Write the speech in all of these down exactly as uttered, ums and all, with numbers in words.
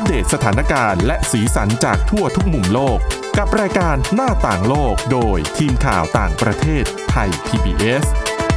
เดตสถานการณ์และสีสันจากทั่วทุกมุมโลกกับรายการหน้าต่างโลกโดยทีมข่าวต่างประเทศไทย พี บี เอส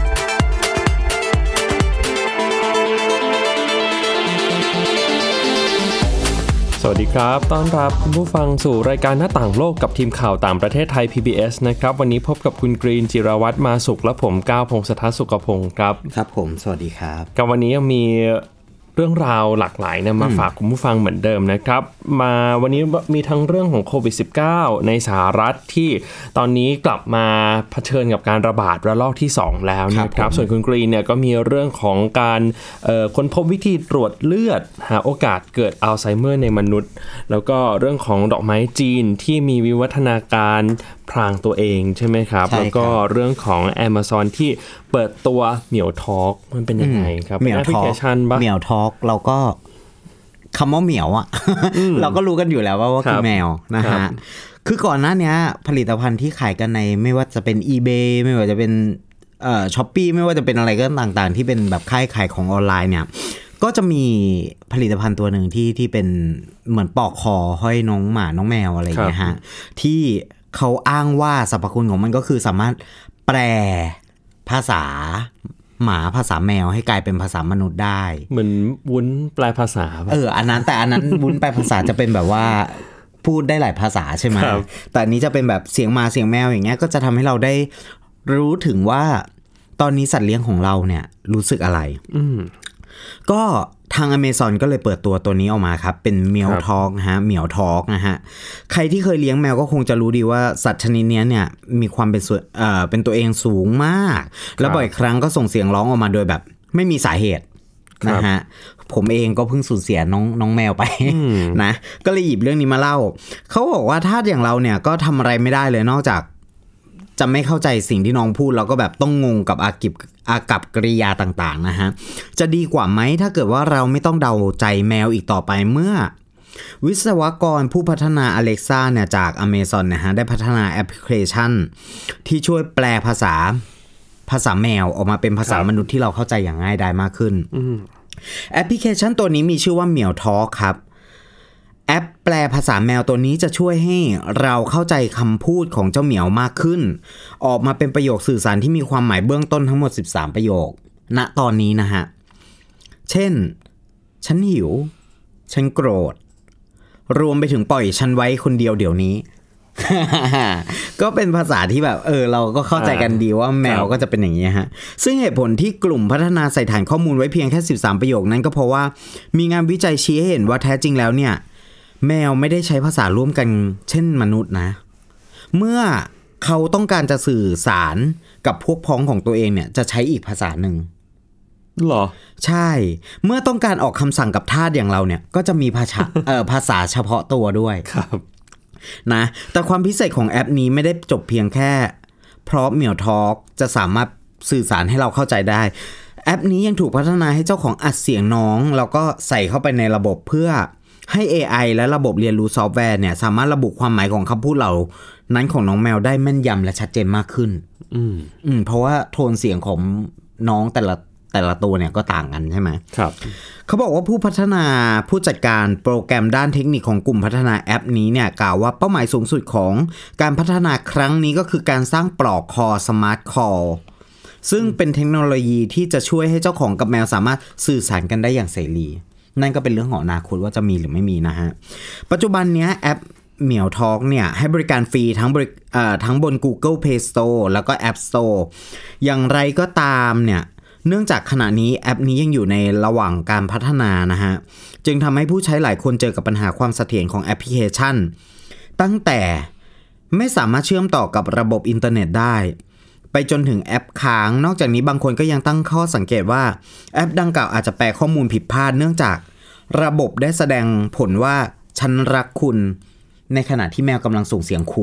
สวัสดีครับต้อนรับคุณผู้ฟังสู่รายการหน้าต่างโลกกับทีมข่าวต่างประเทศไทย พี บี เอส นะครับวันนี้พบกับคุณกรีนจิรวัตรมาสุขและผมก้าวพงษ์สทัศน์สุขพงศ์ครับครับผมสวัสดีครับกับวันนี้ยังมีเรื่องราวหลากหลายนะมาฝากคุณผู้ฟังเหมือนเดิมนะครับมาวันนี้มีทั้งเรื่องของโควิด สิบเก้า ในสหรัฐที่ตอนนี้กลับมาเผชิญกับการระบาดระลอกที่สองแล้วนะครับส่วนคุณกรีนเนี่ยก็มีเรื่องของการเอ่อค้นพบวิธีตรวจเลือดหาโอกาสเกิดอัลไซเมอร์ในมนุษย์แล้วก็เรื่องของดอกไม้จีนที่มีวิวัฒนาการพรางตัวเองใช่ไหมครับแล้วก็เรื่องของ Amazon ที่เปิดตัวเหมียวทอล์กมันเป็นยังไงครับเป็นแอปพลิเคชันป่ะเหมียวทอล์กเราก็คำว่าเหมียวอ่ะ เราก็รู้กันอยู่แล้วว่าว่าคือแมวนะฮะคือก่อนหน้านี้ผลิตภัณฑ์ที่ขายกันในไม่ว่าจะเป็น eBay ไม่ว่าจะเป็นเอ่อ Shopee ไม่ว่าจะเป็นอะไรก็ต่างๆที่เป็นแบบค่ายขายของออนไลน์เนี่ยก็จะมีผลิตภัณฑ์ตัวหนึ่งที่ที่เป็นเหมือนปลอกคอห้อยน้องหมาน้องแมวอะไรอย่างเงี้ยฮะที่เขาอ้างว่าสรรพคุณของมันก็คือสามารถแปลภาษาหมาภาษาแมวให้กลายเป็นภาษามนุษย์ได้เหมือนวุ้นแปลภาษาเอออันนั้นแต่อันนั้นวุ้นแปลภาษาจะเป็นแบบว่าพูดได้หลายภาษาใช่ไหมแต่อันนี้จะเป็นแบบเสียงหมาเสียงแมวอย่างเงี้ยก็จะทำให้เราได้รู้ถึงว่าตอนนี้สัตว์เลี้ยงของเราเนี่ยรู้สึกอะไรอืมก็ทาง Amazon ก็เลยเปิดตัวตัวนี้ออกมาครับเป็นเหมียวทอล์กนะฮะเหมียวทอล์กนะฮะใครที่เคยเลี้ยงแมวก็คงจะรู้ดีว่าสัตว์ชนิดนี้เนี่ยมีความเป็นส่วนเอ่อเป็นตัวเองสูงมากแล้วบ่อยครั้งก็ส่งเสียงร้องออกมาโดยแบบไม่มีสาเหตุนะฮะผมเองก็เพิ่งสูญเสียน้องน้องแมวไปนะก็เลยหยิบเรื่องนี้มาเล่าเขาบอกว่าถ้าอย่างเราเนี่ยก็ทำอะไรไม่ได้เลยนอกจากจะไม่เข้าใจสิ่งที่น้องพูดแล้วก็แบบต้องงงกับอากิบอากับกริยาต่างๆนะฮะจะดีกว่าไหมถ้าเกิดว่าเราไม่ต้องเดาใจแมวอีกต่อไปเมื่อวิศวกรผู้พัฒนา Alexa เนี่ยจาก Amazon นะฮะได้พัฒนาแอปพลิเคชันที่ช่วยแปลภาษาภาษาแมวออกมาเป็นภาษามนุษย์ที่เราเข้าใจอย่างง่ายดายมากขึ้นแอปพลิเคชันตัวนี้มีชื่อว่าเหมียวทอล์กครับแอปแปลภาษาแมวตัวนี้จะช่วยให้เราเข้าใจคำพูดของเจ้าเหมียวมากขึ้นออกมาเป็นประโยคสื่อสารที่มีความหมายเบื้องต้นทั้งหมดสิบสามประโยคณตอนนี้นะฮะเช่นฉันหิวฉันโกรธรวมไปถึงปล่อยฉันไว้คนเดียวเดี๋ยวนี้ ก็เป็นภาษาที่แบบเออเราก็เข้าใจกันดีว่าแมวก็จะเป็นอย่างนี้ฮะซึ่งเหตุผลที่กลุ่มพัฒนาใส่ฐานข้อมูลไว้เพียงแค่สิบสามประโยคนั้นก็เพราะว่ามีงานวิจัยชี้ให้เห็นว่าแท้จริงแล้วเนี่ยแมวไม่ได้ใช้ภาษาร่วมกันเช่นมนุษย์นะเมื่อเขาต้องการจะสื่อสารกับพวกพ้องของตัวเองเนี่ยจะใช้อีกภาษาหนึ่งหรอใช่เมื่อต้องการออกคำสั่งกับทาสอย่างเราเนี่ยก็จะมีภาษา เอ่อภาษาเฉพาะตัวด้วยครับนะแต่ความพิเศษของแอปนี้ไม่ได้จบเพียงแค่เพราะเหมียวทอล์กจะสามารถสื่อสารให้เราเข้าใจได้แอปนี้ยังถูกพัฒนาให้เจ้าของอัดเสียงน้องแล้วก็ใส่เข้าไปในระบบเพื่อให้ เอ ไอ และระบบเรียนรู้ซอฟต์แวร์เนี่ยสามารถระบุความหมายของคำพูดเหล่านั้นของน้องแมวได้แม่นยำและชัดเจนมากขึ้นอืมอืมเพราะว่าโทนเสียงของน้องแต่ละแต่ละตัวเนี่ยก็ต่างกันใช่ไหมครับเขาบอกว่าผู้พัฒนาผู้จัดการโปรแกรมด้านเทคนิคของกลุ่มพัฒนาแอปนี้เนี่ยกล่าวว่าเป้าหมายสูงสุดของการพัฒนาครั้งนี้ก็คือการสร้างปลอกคอสมาร์ทคอลซึ่งเป็นเทคโนโลยีที่จะช่วยให้เจ้าของกับแมวสามารถสื่อสารกันได้อย่างเสรีนั่นก็เป็นเรื่องของอนาคตว่าจะมีหรือไม่มีนะฮะปัจจุบันเนี้ยแอปเหมียวทอล์กเนี่ยให้บริการฟรีทั้งบริเอ่อทั้งบน Google Play Store แล้วก็ App Store อย่างไรก็ตามเนี่ยเนื่องจากขณะนี้แอปนี้ยังอยู่ในระหว่างการพัฒนานะฮะจึงทำให้ผู้ใช้หลายคนเจอกับปัญหาความเสถียรของแอปพลิเคชันตั้งแต่ไม่สามารถเชื่อมต่อกับระบบอินเทอร์เน็ตได้ไปจนถึงแอปค้างนอกจากนี้บางคนก็ยังตั้งข้อสังเกตว่าแอปดังกล่าวอาจจะแปลข้อมูลผิดพลาดเนื่องจากระบบได้แสดงผลว่าฉันรักคุณในขณะที่แมวกำลังส่งเสียงขู่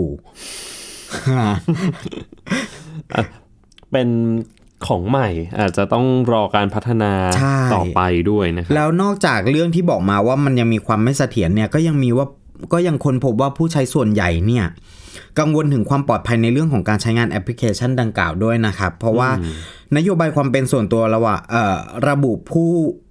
เป็นของใหม่อาจจะต้องรอการพัฒนาต่อไปด้วยนะครับแล้วนอกจากเรื่องที่บอกมาว่ามันยังมีความไม่เสถียรเนี่ยก็ยังมีว่าก็ยังค้นพบว่าผู้ใช้ส่วนใหญ่เนี่ยกังวลถึงความปลอดภัยในเรื่องของการใช้งานแอปพลิเคชันดังกล่าวด้วยนะครับเพราะว่านโยบายความเป็นส่วนตัวระหว่างเอ่อระบุผู้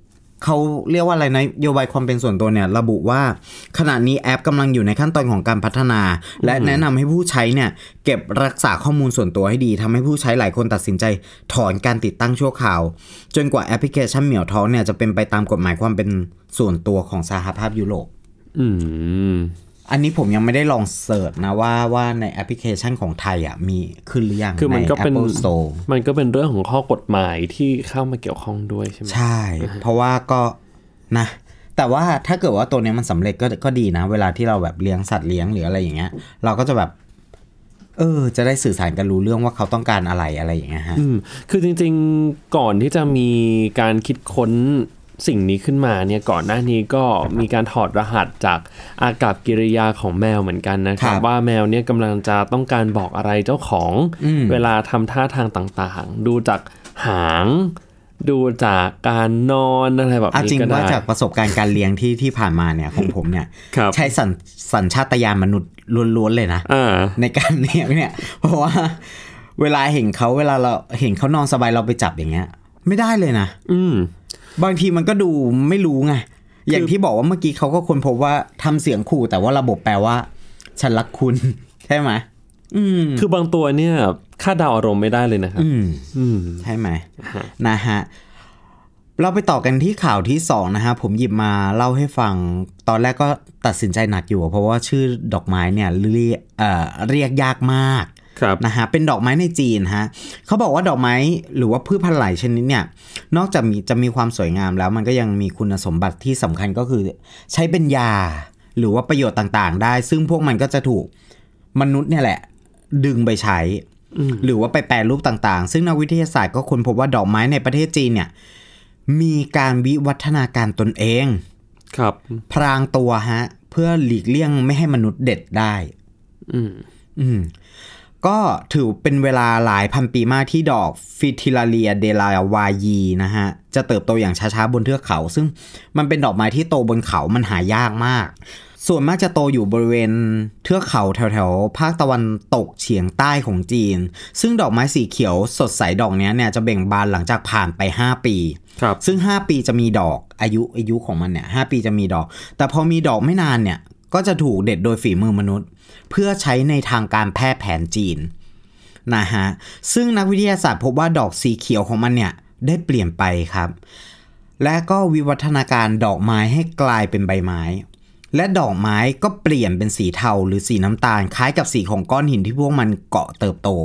เขาเรียกว่าอะไรนะนโยบายความเป็นส่วนตัวเนี่ยระบุว่าขณะนี้แอปกำลังอยู่ในขั้นตอนของการพัฒนาและแนะนำให้ผู้ใช้เนี่ยเก็บรักษาข้อมูลส่วนตัวให้ดีทำให้ผู้ใช้หลายคนตัดสินใจถอนการติดตั้งชั่วคราวจนกว่าแอปพลิเคชันเหมียวท้องเนี่ยจะเป็นไปตามกฎหมายความเป็นส่วนตัวของสหภาพยุโรปอืมอันนี้ผมยังไม่ได้ลองเสิร์ชนะว่าว่าในแอปพลิเคชันของไทยอ่ะมีขึ้นหรือยังคือมันก็เป็น Apple Store มันก็เป็นเรื่องของข้อกฎหมายที่เข้ามาเกี่ยวข้องด้วยใช่ไหมใช่ เพราะว่าก็นะแต่ว่าถ้าเกิดว่าตัวนี้มันสำเร็จก็ก็ดีนะเวลาที่เราแบบเลี้ยงสัตว์เลี้ยงหรืออะไรอย่างเงี้ยเราก็จะแบบเออจะได้สื่อสารกันรู้เรื่องว่าเขาต้องการอะไรอะไรอย่างเงี้ยฮะอืมคือจริงๆก่อนที่จะมีการคิดค้นสิ่งนี้ขึ้นมาเนี่ยก่อนหน้านี้ก็มีการถอดรหัสจากอากัปกิริยาของแมวเหมือนกันนะครับว่าแมวเนี่ยกำลังจะต้องการบอกอะไรเจ้าของเวลาทำท่าทางต่างๆดูจากหางดูจากการนอนอะไรแบบนี้ก็ได้จริงว่าจากประสบการณ์การเลี้ยงที่ที่ผ่านมาเนี่ยของผมเนี่ยใช้สัญสัญชาตญาณมนุษย์ล้วนๆเลยนะในการเลี้ยงเนี่ยเพราะว่าเวลาเห็นเขาเวลาเราเห็นเขานอนสบายเราไปจับอย่างเงี้ยไม่ได้เลยนะอืมบางทีมันก็ดูไม่รู้ไงอย่างที่บอกว่าเมื่อกี้เขาก็ค้นพบว่าทำเสียงขู่แต่ว่าระบบแปลว่าฉันรักคุณใช่ไหมอืมคือบางตัวเนี่ยคาดเดาอารมณ์ไม่ได้เลยนะครับอืมอืมใช่ไหมนะฮะเราไปต่อกันที่ข่าวที่สองนะฮะผมหยิบมาเล่าให้ฟังตอนแรกก็ตัดสินใจหนักอยู่เพราะว่าชื่อดอกไม้เนี่ยเรียกเอ่อเรียกยากมากนะฮะเป็นดอกไม้ในจีนฮะเขาบอกว่าดอกไม้หรือว่าพืชพันธุ์หลายชนิดเนี่ยนอกจากมีจะมีความสวยงามแล้วมันก็ยังมีคุณสมบัติที่สำคัญก็คือใช้เป็นยาหรือว่าประโยชน์ต่างๆได้ซึ่งพวกมันก็จะถูกมนุษย์เนี่ยแหละดึงไปใช้หรือว่าไปแปรรูปต่างๆซึ่งนักวิทยาศาสตร์ก็ค้นพบว่าดอกไม้ในประเทศจีนเนี่ยมีการวิวัฒนาการตนเองครับพรางตัวฮะเพื่อหลีกเลี่ยงไม่ให้มนุษย์เด็ดได้อืมอืมก็ถือเป็นเวลาหลายพันปีมากที่ดอกฟิทิลาเลียเดลาวายีนะฮะจะเติบโตอย่างช้าๆบนเทือกเขาซึ่งมันเป็นดอกไม้ที่โตบนเขามันหายากมากส่วนมากจะโตอยู่บริเวณเทือกเขาแถวๆภาคตะวันตกเฉียงใต้ของจีนซึ่งดอกไม้สีเขียวสดใสดอกนี้เนี่ยจะเบ่งบานหลังจากผ่านไปห้าปีครับซึ่งห้าปีจะมีดอกอายุอายุของมันเนี่ยห้าปีจะมีดอกแต่พอมีดอกไม่นานเนี่ยก็จะถูกเด็ดโดยฝีมือมนุษย์เพื่อใช้ในทางการแพทย์แผนจีนนะฮะซึ่งนักวิทยาศาสตร์พบว่าดอกสีเขียวของมันเนี่ยได้เปลี่ยนไปครับและก็วิวัฒนาการดอกไม้ให้กลายเป็นใบไม้และดอกไม้ก็เปลี่ยนเป็นสีเทาหรือสีน้ำตาลคล้ายกับสีของก้อนหินที่พวกมันเกาะเติบโต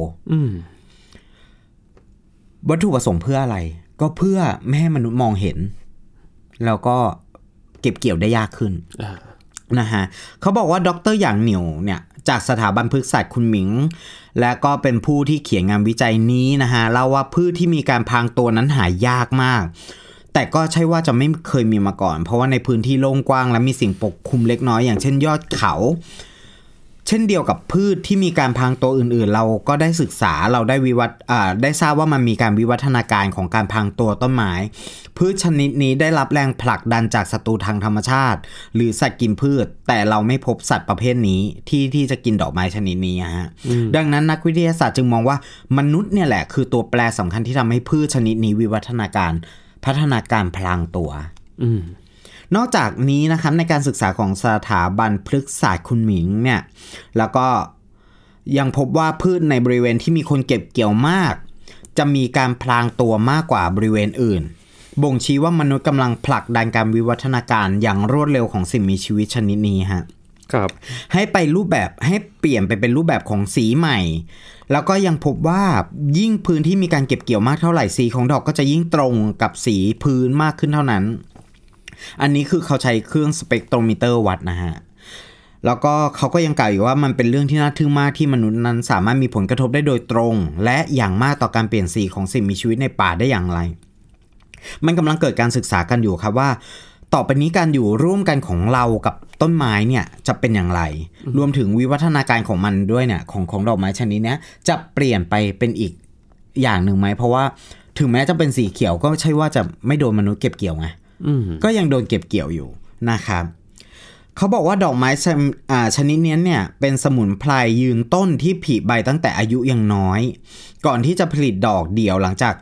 วัตถุประสงค์เพื่ออะไรก็เพื่อไม่ให้มนุษย์มองเห็นแล้วก็เก็บเกี่ยวได้ยากขึ้นนะฮะเขาบอกว่าดร.หยางเหนียวเนี่ยจากสถาบันพฤกษศาสตร์คุณหมิงและก็เป็นผู้ที่เขียนงานวิจัยนี้นะฮะเล่าว่าพืชที่มีการพรางตัวนั้นหายากมากแต่ก็ใช่ว่าจะไม่เคยมีมาก่อนเพราะว่าในพื้นที่โล่งกว้างและมีสิ่งปกคลุมเล็กน้อยอย่างเช่นยอดเขาเช่นเดียวกับพืชที่มีการพรางตัวอื่นๆเราก็ได้ศึกษาเราได้วิวัฒน์อ่าได้ทราบว่ามันมีการวิวัฒนาการของการพรางตัวต้นไม้พืชชนิดนี้ได้รับแรงผลักดันจากศัตรูทางธรรมชาติหรือสัตว์กินพืชแต่เราไม่พบสัตว์ประเภทนี้ที่ที่จะกินดอกไม้ชนิดนี้ฮะดังนั้นนักวิทยาศาสตร์จึงมองว่ามนุษย์เนี่ยแหละคือตัวแปรสำคัญที่ทำให้พืชชนิดนี้วิวัฒนาการพัฒนาการพลางตัวนอกจากนี้นะครับในการศึกษาของสถาบันพฤกษศาสตร์คุณหมิงเนี่ยแล้วก็ยังพบว่าพืชในบริเวณที่มีคนเก็บเกี่ยวมากจะมีการพลางตัวมากกว่าบริเวณอื่นบ่งชี้ว่ามนุษย์กำลังผลักดันการวิวัฒนาการอย่างรวดเร็วของสิ่งมีชีวิตชนิดนี้ฮะครับให้ไปรูปแบบให้เปลี่ยนไปเป็นรูปแบบของสีใหม่แล้วก็ยังพบว่ายิ่งพื้นที่มีการเก็บเกี่ยวมากเท่าไหร่สีของดอกก็จะยิ่งตรงกับสีพื้นมากขึ้นเท่านั้นอันนี้คือเขาใช้เครื่องสเปกโทรมิเตอร์วัดนะฮะแล้วก็เขาก็ยังกล่าวอยู่ว่ามันเป็นเรื่องที่น่าทึ่งมากที่มนุษย์นั้นสามารถมีผลกระทบได้โดยตรงและอย่างมากต่อการเปลี่ยนสีของสิ่งมีชีวิตในป่าได้อย่างไรมันกำลังเกิดการศึกษากันอยู่ครับว่าต่อไปนี้การอยู่ร่วมกันของเรากับต้นไม้เนี่ยจะเป็นอย่างไรรวมถึงวิวัฒนาการของมันด้วยเนี่ยของของดอกไม้ชนิดนี้จะเปลี่ยนไปเป็นอีกอย่างหนึ่งไหมเพราะว่าถึงแม้จะเป็นสีเขียวก็ใช่ว่าจะไม่โดนมนุษย์เก็บเกี่ยวไงก็ยังโดนเก็บเกี่ยวอยู่นะครับเขาบอกว่าดอกไม้ชนิดนี้เนี่ยเป็นสมุนไพรยืนต้นที่ผลิใบตั้งแต่อายุยังน้อยก่อนที่จะผลิตดอกเดี่ยวหลังจาก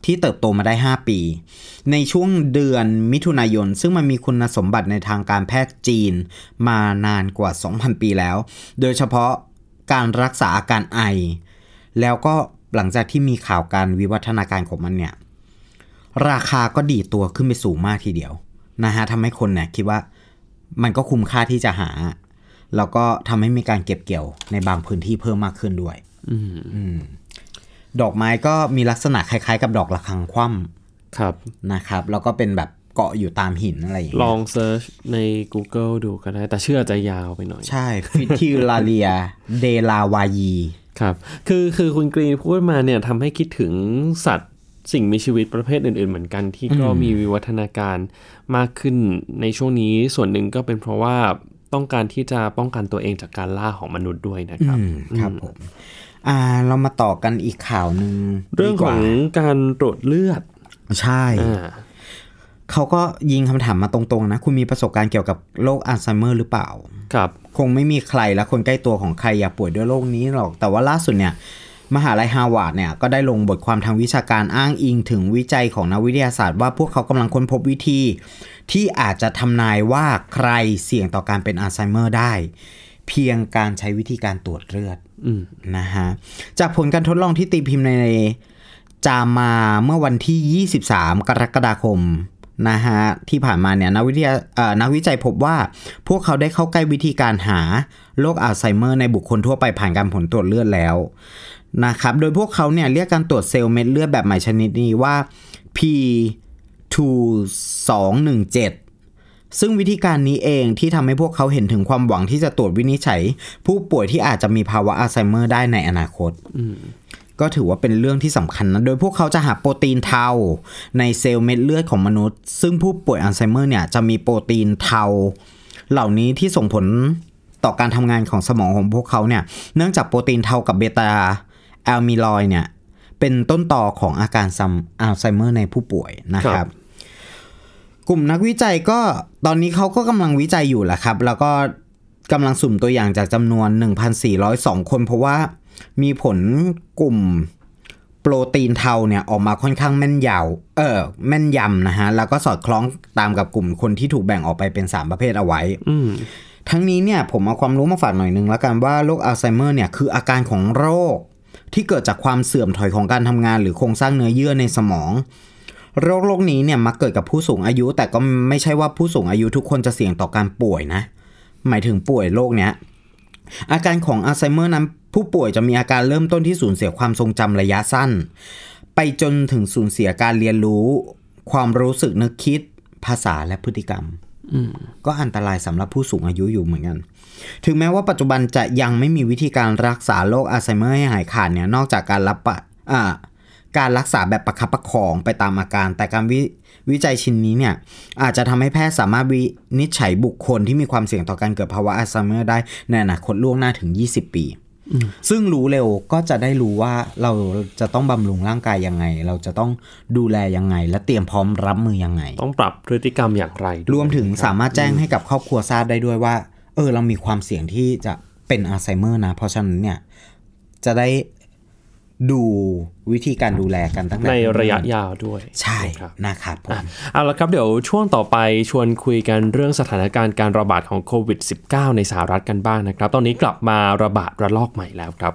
ที่เติบโตมาได้ห้าปีในช่วงเดือนมิถุนายนซึ่งมันมีคุณสมบัติในทางการแพทย์จีนมานานกว่า สองพัน ปีแล้วโดยเฉพาะการรักษาอาการไอแล้วก็หลังจากที่มีข่าวการวิวัฒนาการของมันเนี่ยราคาก็ดีดตัวขึ้นไปสูงมากทีเดียวนะฮะทำให้คนเนี่ยคิดว่ามันก็คุ้มค่าที่จะหาแล้วก็ทำให้มีการเก็บเกี่ยวในบางพื้นที่เพิ่มมากขึ้นด้วยดอกไม้ก็มีลักษณะคล้ายๆกับดอกระฆังคว่ำครับนะครับแล้วก็เป็นแบบเกาะอยู่ตามหินอะไรอย่างเงี้ยลองเซิร์ชใน Google ดูก็ได้แต่ชื่ออาจจะยาวไปหน่อยใช่ Fritillaria de la Valle ครับคือคือคุณกรีนพูดมาเนี่ยทำให้คิดถึงสัตว์สิ่งมีชีวิตประเภทอื่นๆเหมือนกันที่ก็มีวิวัฒนาการมากขึ้นในช่วงนี้ส่วนหนึ่งก็เป็นเพราะว่าต้องการที่จะป้องกันตัวเองจากการล่าของมนุษย์ด้วยนะครับครับผมอ่าเรามาต่อกันอีกข่าวนึงเรื่องของการตรวจเลือดใช่เขาก็ยิงคำถามมาตรงๆนะคุณมีประสบการณ์เกี่ยวกับโรคอัลไซเมอร์หรือเปล่าครับคงไม่มีใครและคนใกล้ตัวของใครอยากป่วยด้วยโรคนี้หรอกแต่ว่าล่าสุดเนี่ยมหาลัยฮาร์วาร์ดเนี่ยก็ได้ลงบทความทางวิชาการอ้างอิงถึงวิจัยของนักวิทยาศาสตร์ว่าพวกเขากำลังค้นพบวิธีที่อาจจะทำนายว่าใครเสี่ยงต่อการเป็นอัลไซเมอร์ได้เพียงการใช้วิธีการตรวจเลือดนะฮะจากผลการทดลองที่ตีพิมพ์ในจามาเมื่อวันที่ยี่สิบสามกรกฎาคมนะฮะที่ผ่านมาเนี่ยนักวิทยาเอ่อนักวิจัยพบว่าพวกเขาได้เข้าใกล้วิธีการหาโรคอัลไซเมอร์ในบุคคลทั่วไปผ่านการผลตรวจเลือดแล้วนะครับโดยพวกเขาเนี่ยเรียกการตรวจเซลล์เม็ดเลือดแบบใหม่ชนิดนี้ว่า พี สองหนึ่งเจ็ด ซึ่งวิธีการนี้เองที่ทำให้พวกเขาเห็นถึงความหวังที่จะตรวจวินิจฉัยผู้ป่วยที่อาจจะมีภาวะอัลไซเมอร์ได้ในอนาคตก็ถือว่าเป็นเรื่องที่สำคัญนะโดยพวกเขาจะหาโปรตีนเทาในเซลล์เม็ดเลือดของมนุษย์ซึ่งผู้ป่วยอัลไซเมอร์เนี่ยจะมีโปรตีนเทาเหล่านี้ที่ส่งผลต่อการทำงานของสมองของพวกเขาเนี่ยเนื่องจากโปรตีนเทากับเบต้าแอลมิลอยด์เนี่ยเป็นต้นต่อของอาการอัลไซเมอร์ในผู้ป่วยนะครับกลุ่มนักวิจัยก็ตอนนี้เขาก็กำลังวิจัยอยู่แหละครับแล้วก็กำลังสุ่มตัวอย่างจากจำนวน หนึ่งพันสี่ร้อยสอง คนเพราะว่ามีผลกลุ่มโปรตีนเทาเนี่ยออกมาค่อนข้างแม่นยาวเออแม่นยำนะฮะแล้วก็สอดคล้องตามกับกลุ่มคนที่ถูกแบ่งออกไปเป็นสามประเภทเอาไว้ทั้งนี้เนี่ยผมเอาความรู้มาฝากหน่อยนึงแล้วกันว่าโรคอัลไซเมอร์เนี่ยคืออาการของโรคที่เกิดจากความเสื่อมถอยของการทำงานหรือโครงสร้างเนื้อเยื่อในสมองโรคโรคนี้เนี่ยมักเกิดกับผู้สูงอายุแต่ก็ไม่ใช่ว่าผู้สูงอายุทุกคนจะเสี่ยงต่อการป่วยนะหมายถึงป่วยโรคเนี้ยอาการของอัลไซเมอร์นั้นผู้ป่วยจะมีอาการเริ่มต้นที่สูญเสียความทรงจำระยะสั้นไปจนถึงสูญเสียการเรียนรู้ความรู้สึกนึกคิดภาษาและพฤติกรรมก็อันตรายสำหรับผู้สูงอายุอยู่เหมือนกันถึงแม้ว่าปัจจุบันจะยังไม่มีวิธีการรักษาโรคอัลไซเมอร์ให้หายขาดเนี่ยนอกจากการรับอ่าการรักษาแบบประคับประคองไปตามอาการแต่การ ว, วิจัยชิ้นนี้เนี่ยอาจจะทำให้แพทย์สามารถวินิจฉัยบุคคลที่มีความเสี่ยงต่อการเกิดภาวะอัลไซเมอร์ได้ในอนาคตล่วงหน้าถึงยี่สิบปีซึ่งรู้เร็วก็จะได้รู้ว่าเราจะต้องบำรุงร่างกายยังไงเราจะต้องดูแลยังไงและเตรียมพร้อมรับมือยังไงต้องปรับพฤติกรรมอย่างไรรวมถึงสามารถแจ้งให้กับครอบครัวทราบได้ด้วยว่าเออเรามีความเสี่ยงที่จะเป็นอัลไซเมอร์นะเพราะฉะนั้นเนี่ยจะได้ดูวิธีการดูแลกันตั้งแต่ในระยะยาวด้วยใช่นะครับผมเอาละครับเดี๋ยวช่วงต่อไปชวนคุยกันเรื่องสถานการณ์การระบาดของโควิด สิบเก้า ในสหรัฐกันบ้างนะครับตอนนี้กลับมาระบาดระลอกใหม่แล้วครับ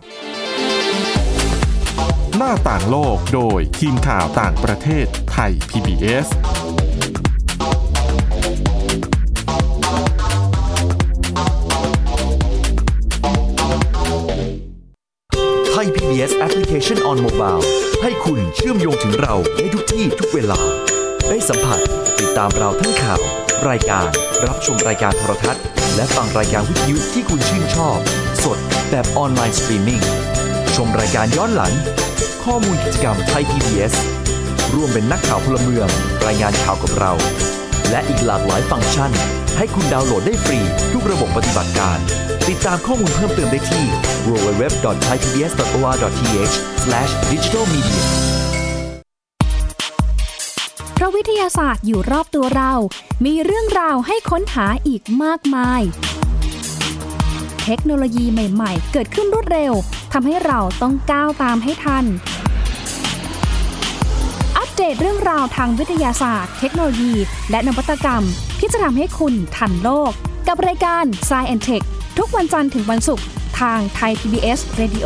หน้าต่างโลกโดยทีมข่าวต่างประเทศไทย พี บี เอสไทย พี บี เอส Application on Mobile ให้คุณเชื่อมโยงถึงเราในทุกที่ทุกเวลาได้สัมผัสติดตามเราทั้งข่าวรายการรับชมรายการโทรทัศน์และฟังรายการวิทยุที่คุณชื่นชอบสดแบบออนไลน์สตรีมมิ่งชมรายการย้อนหลังข้อมูลกิจกรรมไทย พี บี เอส ร่วมเป็นนักข่าวพลเมืองรายงานข่าวกับเราและอีกหลากหลายฟังก์ชันให้คุณดาวน์โหลดได้ฟรีทุกระบบปฏิบัติการติดตามข้อมูลเพิ่มเติมได้ที่ ดับเบิลยู ดับเบิลยู ดับเบิลยู ดอท ไทย พี บี เอส ดอท โอ อาร์ ดอท ที เอช สแลช ดิจิทัล มีเดียเพราะวิทยาศาสตร์อยู่รอบตัวเรามีเรื่องราวให้ค้นหาอีกมากมายเทคโนโลยีใหม่ๆเกิดขึ้นรวดเร็วทำให้เราต้องก้าวตามให้ทันอัปเดตเรื่องราวทางวิทยาศาสตร์เทคโนโลยีและนวัตกรรมที่จะทำให้คุณทันโลกกับรายการ Science แอนด์ Tech ทุกวันจันทร์ถึงวันศุกร์ทางไทย พี บี เอส Radio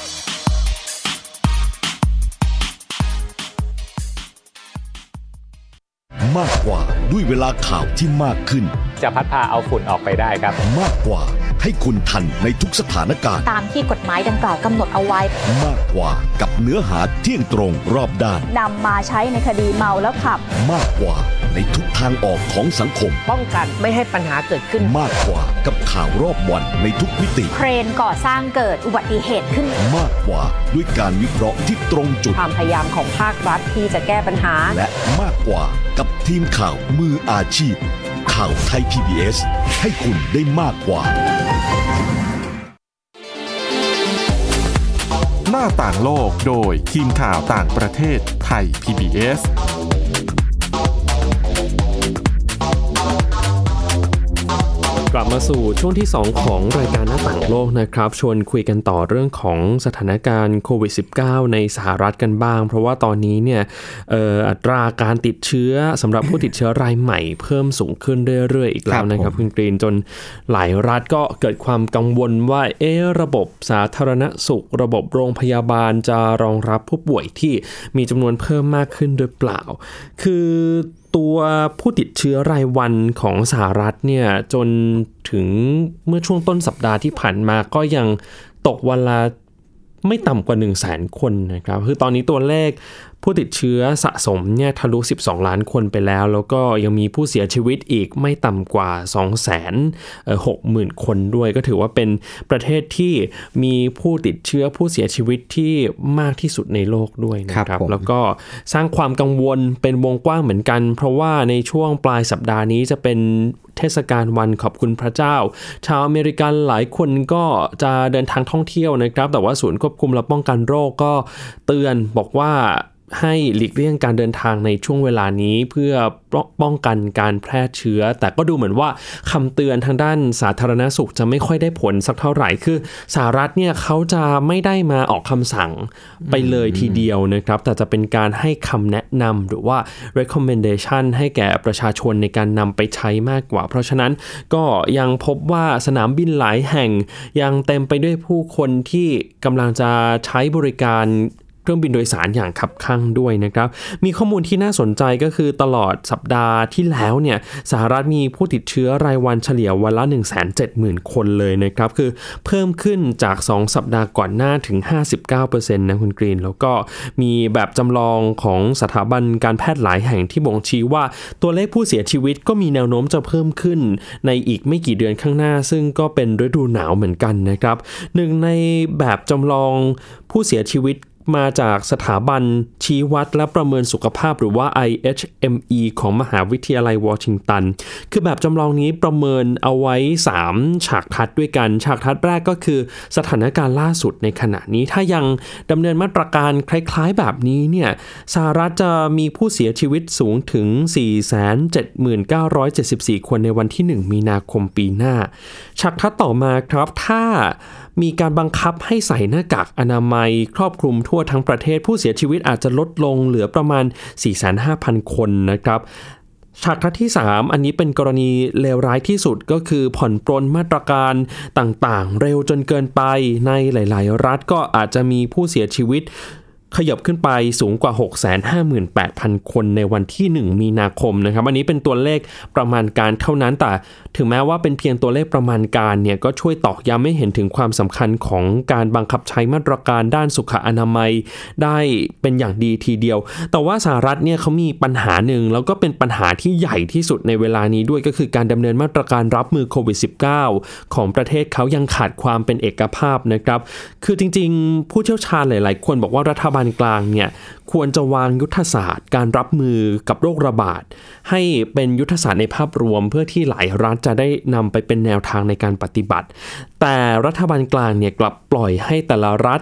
มากกว่าด้วยเวลาข่าวที่มากขึ้นจะพัดพาเอาฝุ่นออกไปได้ครับมากกว่าให้คุณทันในทุกสถานการณ์ตามที่กฎหมายดังกล่าวกำหนดเอาไว้มากกว่ากับเนื้อหาเที่ยงตรงรอบด้านนำมาใช้ในคดีเมาแล้วขับมากกว่าในทุกทางออกของสังคมป้องกันไม่ให้ปัญหาเกิดขึ้นมากกว่ากับข่าวรอบวันในทุกมิติเครนก่อสร้างเกิดอุบัติเหตุขึ้นมากกว่าด้วยการวิเคราะห์ที่ตรงจุดความพยายามของภาครัฐที่จะแก้ปัญหาและมากกว่ากับทีมข่าวมืออาชีพข่าวไทย พี บี เอส ให้คุณได้มากกว่าหน้าต่างโลกโดยทีมข่าวต่างประเทศไทย พี บี เอสกลับมาสู่ช่วงที่สองของรายการหน้าต่างโลกนะครับชวนคุยกันต่อเรื่องของสถานการณ์โควิด สิบเก้า ในสหรัฐกันบ้างเพราะว่าตอนนี้เนี่ยเอ่ออัตราการติดเชื้อสำหรับผู้ติดเชื้อรายใหม่เพิ่มสูงขึ้นเรื่อยๆอีกแล้วนะครับคุณกรีนจนหลายรัฐก็เกิดความกังวลว่าเอ๊ะระบบสาธารณสุขระบบโรงพยาบาลจะรองรับผู้ป่วยที่มีจำนวนเพิ่มมากขึ้นหรือเปล่าคือตัวผู้ติดเชื้อรายวันของสหรัฐเนี่ยจนถึงเมื่อช่วงต้นสัปดาห์ที่ผ่านมาก็ยังตกวันละไม่ต่ำกว่า หนึ่งแสน คนนะครับคือตอนนี้ตัวเลขผู้ติดเชื้อสะสมเนี่ยทะลุสิบสองล้านคนไปแล้วแล้วก็ยังมีผู้เสียชีวิตอีกไม่ต่ำกว่า สองแสนหกหมื่น คนด้วยก็ถือว่าเป็นประเทศที่มีผู้ติดเชื้อผู้เสียชีวิตที่มากที่สุดในโลกด้วยนะครับแล้วก็สร้างความกังวลเป็นวงกว้างเหมือนกันเพราะว่าในช่วงปลายสัปดาห์นี้จะเป็นเทศกาลวันขอบคุณพระเจ้าชาวอเมริกันหลายคนก็จะเดินทางท่องเที่ยวนะครับแต่ว่าศูนย์ควบคุมและป้องกันโรคก็เตือนบอกว่าให้หลีกเลี่ยงการเดินทางในช่วงเวลานี้เพื่อป้องกันการแพร่เชื้อแต่ก็ดูเหมือนว่าคำเตือนทางด้านสาธารณสุขจะไม่ค่อยได้ผลสักเท่าไหร่คือสหรัฐเนี่ยเขาจะไม่ได้มาออกคำสั่งไปเลยทีเดียวนะครับแต่จะเป็นการให้คำแนะนำหรือว่า recommendation ให้แก่ประชาชนในการนำไปใช้มากกว่าเพราะฉะนั้นก็ยังพบว่าสนามบินหลายแห่งยังเต็มไปด้วยผู้คนที่กำลังจะใช้บริการเครื่องบินโดยสารอย่างคับคั่งด้วยนะครับมีข้อมูลที่น่าสนใจก็คือตลอดสัปดาห์ที่แล้วเนี่ยสหรัฐมีผู้ติดเชื้อรายวันเฉลี่ยวันละ หนึ่งแสนเจ็ดหมื่น คนเลยนะครับคือเพิ่มขึ้นจากสองสัปดาห์ก่อนหน้าถึง ห้าสิบเก้าเปอร์เซ็นต์ นะคุณกรีนแล้วก็มีแบบจำลองของสถาบันการแพทย์หลายแห่งที่บ่งชี้ว่าตัวเลขผู้เสียชีวิตก็มีแนวโน้มจะเพิ่มขึ้นในอีกไม่กี่เดือนข้างหน้าซึ่งก็เป็นฤดูหนาวเหมือนกันนะครับหนึ่งในแบบจำลองผู้เสียชีวิตมาจากสถาบันชี้วัดและประเมินสุขภาพหรือว่า ไอ เอช เอ็ม อี ของมหาวิทยาลัยวอชิงตันคือแบบจำลองนี้ประเมินเอาไว้สามฉากทัศน์ด้วยกันฉากทัศน์แรกก็คือสถานการณ์ล่าสุดในขณะนี้ถ้ายังดำเนินมาตรการคล้ายๆแบบนี้เนี่ยสหรัฐจะมีผู้เสียชีวิตสูงถึง สี่แสนเจ็ดหมื่นเก้าพันเจ็ดสิบสี่ คนในวันที่หนึ่งมีนาคมปีหน้าฉากทัศน์ต่อมาครับถ้ามีการบังคับให้ใส่หน้ากากอนามัยครอบคลุมทั่วทั้งประเทศผู้เสียชีวิตอาจจะลดลงเหลือประมาณ สี่แสนห้าพัน คนนะครับฉากทัศน์ที่สามอันนี้เป็นกรณีเลวร้ายที่สุดก็คือผ่อนปรนมาตรการต่างๆเร็วจนเกินไปในหลายๆรัฐก็อาจจะมีผู้เสียชีวิตขยับขึ้นไปสูงกว่า หกแสนห้าหมื่นแปดพัน คนในวันที่หนึ่งมีนาคมนะครับอันนี้เป็นตัวเลขประมาณการเท่านั้นแต่ถึงแม้ว่าเป็นเพียงตัวเลขประมาณการเนี่ยก็ช่วยตอกย้ำให้เห็นถึงความสำคัญของการบังคับใช้มาตรการด้านสุขอนามัยได้เป็นอย่างดีทีเดียวแต่ว่าสหรัฐเนี่ยเขามีปัญหาหนึ่งแล้วก็เป็นปัญหาที่ใหญ่ที่สุดในเวลานี้ด้วยก็คือการดำเนินมาตรการรับมือโควิด สิบเก้า ของประเทศเขายังขาดความเป็นเอกภาพนะครับคือจริงๆผู้เชี่ยวชาญหลายๆคนบอกว่ารัฐบาลกลางเนี่ยควรจะวางยุทธศาสตร์การรับมือกับโรคระบาดให้เป็นยุทธศาสตร์ในภาพรวมเพื่อที่หลายรัฐจะได้นำไปเป็นแนวทางในการปฏิบัติแต่รัฐบาลกลางเนี่ยกลับปล่อยให้แต่ละรัฐ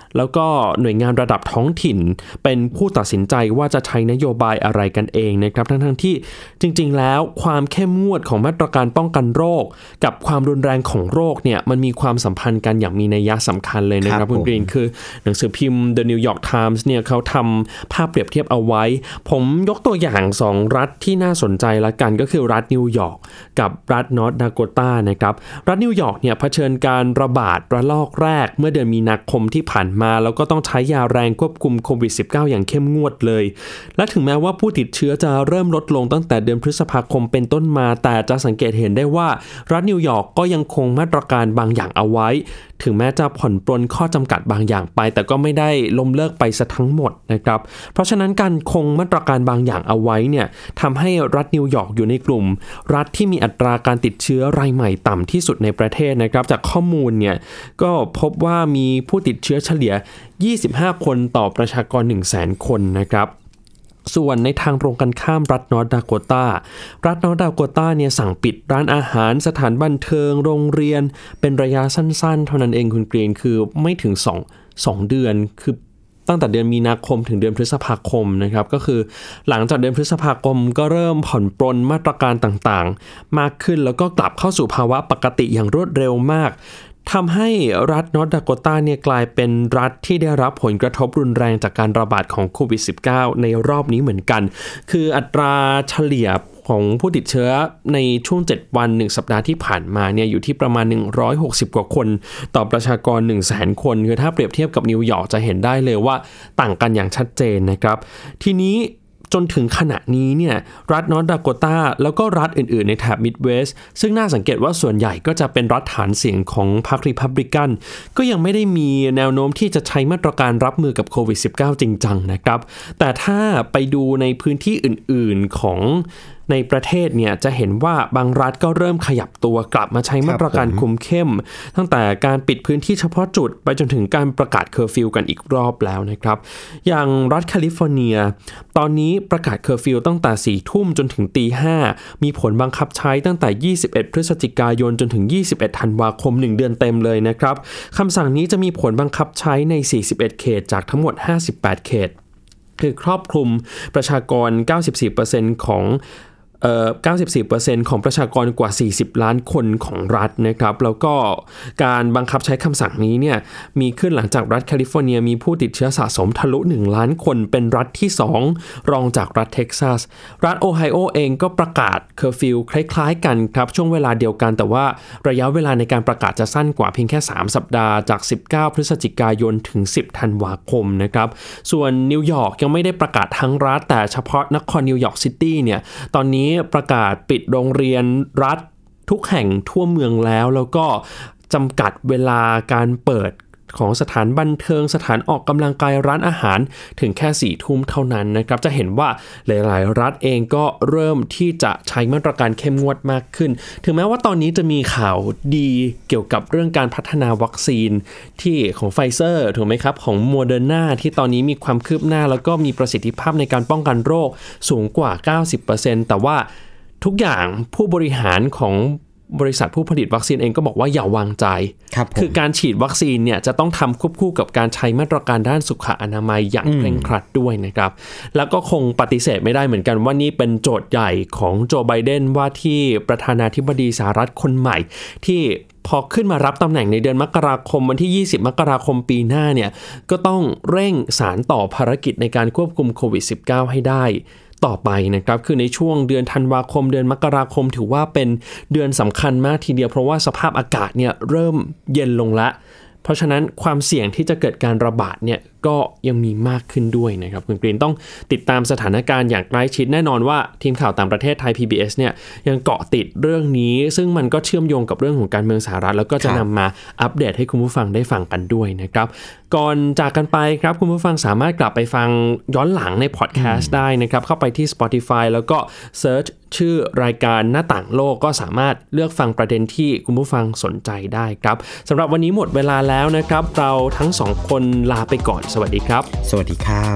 แล้วก็หน่วยงานระดับท้องถิ่นเป็นผู้ตัดสินใจว่าจะใช้นโยบายอะไรกันเองนะครับทั้งๆที่จริงๆแล้วความเข้มงวดของมาตรการป้องกันโรคกับความรุนแรงของโรคเนี่ยมันมีความสัมพันธ์กันอย่างมีนัยยะสำคัญเลยนะครับคุณกรีนคือหนังสือพิมพ์ The New York Times เนี่ยเขาทำภาพเปรียบเทียบเอาไว้ผมยกตัวอย่างสองรัฐที่น่าสนใจละกันก็คือรัฐนิวยอร์กกับรัฐนอร์ทดาโกตานะครับรัฐนิวยอร์กเนี่ยเผชิญการระบาดระลอกแรกเมื่อเดือนมีนาคมที่ผ่านมาแล้วก็ต้องใช้ยาแรงควบคุมโควิด สิบเก้า อย่างเข้มงวดเลยและถึงแม้ว่าผู้ติดเชื้อจะเริ่มลดลงตั้งแต่เดือนพฤษภาคมเป็นต้นมาแต่จะสังเกตเห็นได้ว่ารัฐนิวยอร์กก็ยังคงมาตรการบางอย่างเอาไว้ถึงแม้จะผ่อนปรนข้อจำกัดบางอย่างไปแต่ก็ไม่ได้ล้มเลิกไปซะทั้งหมดนะครับเพราะฉะนั้นการคงมาตรการบางอย่างเอาไว้เนี่ยทำให้รัฐนิวยอร์กอยู่ในกลุ่มรัฐที่มีอัตราการติดเชื้อรายใหม่ต่ำที่สุดในประเทศนะครับจากข้อมูลเนี่ยก็พบว่ามีผู้ติดเชื้อเฉลี่ยยี่สิบห้าคนต่อประชากร หนึ่งแสน คนนะครับส่วนในทางตรงกันข้ามรัฐนอร์ทดาโกตารัฐนอร์ทดาโกตาเนี่ยสั่งปิดร้านอาหารสถานบันเทิงโรงเรียนเป็นระยะสั้นๆเท่านั้นเองคุณกรีนคือไม่ถึงสอง สองเดือนคือตั้งแต่เดือนมีนาคมถึงเดือนพฤษภาคมนะครับก็คือหลังจากเดือนพฤษภาคมก็เริ่มผ่อนปรนมาตรการต่างๆมากขึ้นแล้วก็กลับเข้าสู่ภาวะปกติอย่างรวดเร็วมากทำให้รัฐนอร์ทดาโกตาเนี่ยกลายเป็นรัฐที่ได้รับผลกระทบรุนแรงจากการระบาดของโควิด สิบเก้า ในรอบนี้เหมือนกันคืออัตราเฉลี่ยของผู้ติดเชื้อในช่วงเจ็ดวันหนึ่งสัปดาห์ที่ผ่านมาเนี่ยอยู่ที่ประมาณหนึ่งร้อยหกสิบกว่าคนต่อประชากร หนึ่งแสน คนคือถ้าเปรียบเทียบกับนิวยอร์กจะเห็นได้เลยว่าต่างกันอย่างชัดเจนนะครับทีนี้จนถึงขณะนี้เนี่ยรัฐนอร์ทดาโกตาแล้วก็รัฐอื่นๆในแถบมิดเวสต์ซึ่งน่าสังเกตว่าส่วนใหญ่ก็จะเป็นรัฐฐานเสียงของพรรครีพับลิกันก็ยังไม่ได้มีแนวโน้มที่จะใช้มาตรการรับมือกับโควิด สิบเก้า จริงจังนะครับแต่ถ้าไปดูในพื้นที่อื่นๆของในประเทศเนี่ยจะเห็นว่าบางรัฐก็เริ่มขยับตัวกลับมาใช้มาตรการคุมเข้มตั้งแต่การปิดพื้นที่เฉพาะจุดไปจนถึงการประกาศเคอร์ฟิวกันอีกรอบแล้วนะครับอย่างรัฐแคลิฟอร์เนียตอนนี้ประกาศเคอร์ฟิวตั้งแต่สี่ทุ่มจนถึงตีห้ามีผลบังคับใช้ตั้งแต่ยี่สิบเอ็ดพฤศจิกายนจนถึงยี่สิบเอ็ดธันวาคมหนึ่งเดือนเต็มเลยนะครับคำสั่งนี้จะมีผลบังคับใช้ในสี่สิบเอ็ดเขตจากทั้งหมดห้าสิบแปดเขตคือครอบคลุมประชากร เก้าสิบสี่เปอร์เซ็นต์ ของเอ่อ เก้าสิบสี่เปอร์เซ็นต์ ของประชากรกว่าสี่สิบล้านคนของรัฐนะครับแล้วก็การบังคับใช้คำสั่งนี้เนี่ยมีขึ้นหลังจากรัฐแคลิฟอร์เนียมีผู้ติดเชื้อสะสมทะลุหนึ่งล้านคนเป็นรัฐที่สองรองจากรัฐเท็กซัสรัฐโอไฮโอเองก็ประกาศเคอร์ฟิวคล้ายๆกันครับช่วงเวลาเดียวกันแต่ว่าระยะเวลาในการประกาศจะสั้นกว่าเพียงแค่สามสัปดาห์จากสิบเก้าพฤศจิกายนถึงสิบธันวาคมนะครับส่วนนิวยอร์กยังไม่ได้ประกาศทั้งรัฐแต่เฉพาะนครนิวยอร์กซิตี้เนี่ยตอนนี้ประกาศปิดโรงเรียนรัฐทุกแห่งทั่วเมืองแล้วแล้วก็จำกัดเวลาการเปิดของสถานบันเทิงสถานออกกำลังกายร้านอาหารถึงแค่สี่ทุ่มเท่านั้นนะครับจะเห็นว่าหลายๆรัฐเองก็เริ่มที่จะใช้มาตรการเข้มงวดมากขึ้นถึงแม้ว่าตอนนี้จะมีข่าวดีเกี่ยวกับเรื่องการพัฒนาวัคซีนที่ของไฟเซอร์ถูกไหมครับของโมเดอร์นาที่ตอนนี้มีความคืบหน้าแล้วก็มีประสิทธิภาพในการป้องกันโรคสูงกว่า เก้าสิบเปอร์เซ็นต์ แต่ว่าทุกอย่างผู้บริหารของบริษัทผู้ผลิตวัคซีนเองก็บอกว่าอย่าวางใจ ค, คือการฉีดวัคซีนเนี่ยจะต้องทำควบคู่กับการใช้มาตรการด้านสุขอนามัยอย่างเคร่งครัดด้วยนะครับแล้วก็คงปฏิเสธไม่ได้เหมือนกันว่านี่เป็นโจทย์ใหญ่ของโจไบเดนว่าที่ประธานาธิบดีสหรัฐคนใหม่ที่พอขึ้นมารับตำแหน่งในเดือนมกราคมวันที่ยี่สิบมกราคมปีหน้าเนี่ยก็ต้องเร่งสานต่อภารกิจในการควบคุมโควิด สิบเก้า ให้ได้ต่อไปนะครับคือในช่วงเดือนธันวาคมเดือนมกราคมถือว่าเป็นเดือนสำคัญมากทีเดียวเพราะว่าสภาพอากาศเนี่ยเริ่มเย็นลงละเพราะฉะนั้นความเสี่ยงที่จะเกิดการระบาดเนี่ยก็ยังมีมากขึ้นด้วยนะครับคุณกรีนต้องติดตามสถานการณ์อย่างใกล้ชิดแน่นอนว่าทีมข่าวต่างประเทศไทย พี บี เอส เนี่ยยังเกาะติดเรื่องนี้ซึ่งมันก็เชื่อมโยงกับเรื่องของการเมืองสหรัฐแล้วก็จะนำมาอัปเดตให้คุณผู้ฟังได้ฟังกันด้วยนะครับก่อนจากกันไปครับคุณผู้ฟังสามารถกลับไปฟังย้อนหลังในพอดแคสต์ได้นะครับเข้าไปที่ Spotify แล้วก็เซิร์ชชื่อรายการหน้าต่างโลกก็สามารถเลือกฟังประเด็นที่คุณผู้ฟังสนใจได้ครับสำหรับวันนี้หมดเวลาแล้วนะครับเราทั้งสองคนลาไปก่อนสวัสดีครับสวัสดีครับ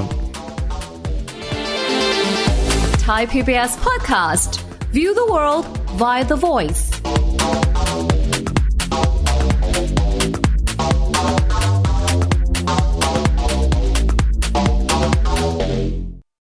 Thai พี บี เอส Podcast View the world via the voice